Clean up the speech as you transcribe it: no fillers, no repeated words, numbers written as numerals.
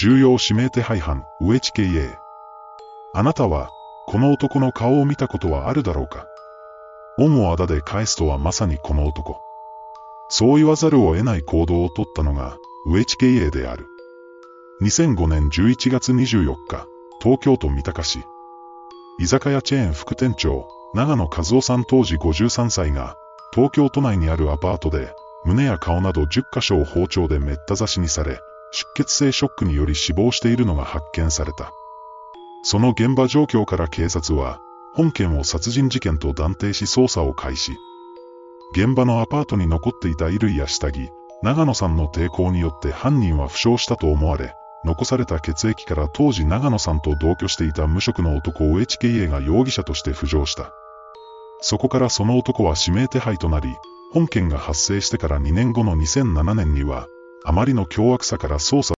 重要指名手配犯、上地圭英。あなたは、この男の顔を見たことはあるだろうか。恩をあだで返すとはまさにこの男。そう言わざるを得ない行動をとったのが、上地圭英である。2005年11月24日、東京都三鷹市。居酒屋チェーン副店長、長野和夫さん当時53歳が、東京都内にあるアパートで、胸や顔など10カ所を包丁でめった刺しにされ、出血性ショックにより死亡しているのが発見された。その現場状況から警察は、本件を殺人事件と断定し捜査を開始。現場のアパートに残っていた衣類や下着、長野さんの抵抗によって犯人は負傷したと思われ、残された血液から当時長野さんと同居していた無職の男上地圭英が容疑者として浮上した。そこからその男は指名手配となり、本件が発生してから2年後の2007年には、あまりの凶悪さから捜査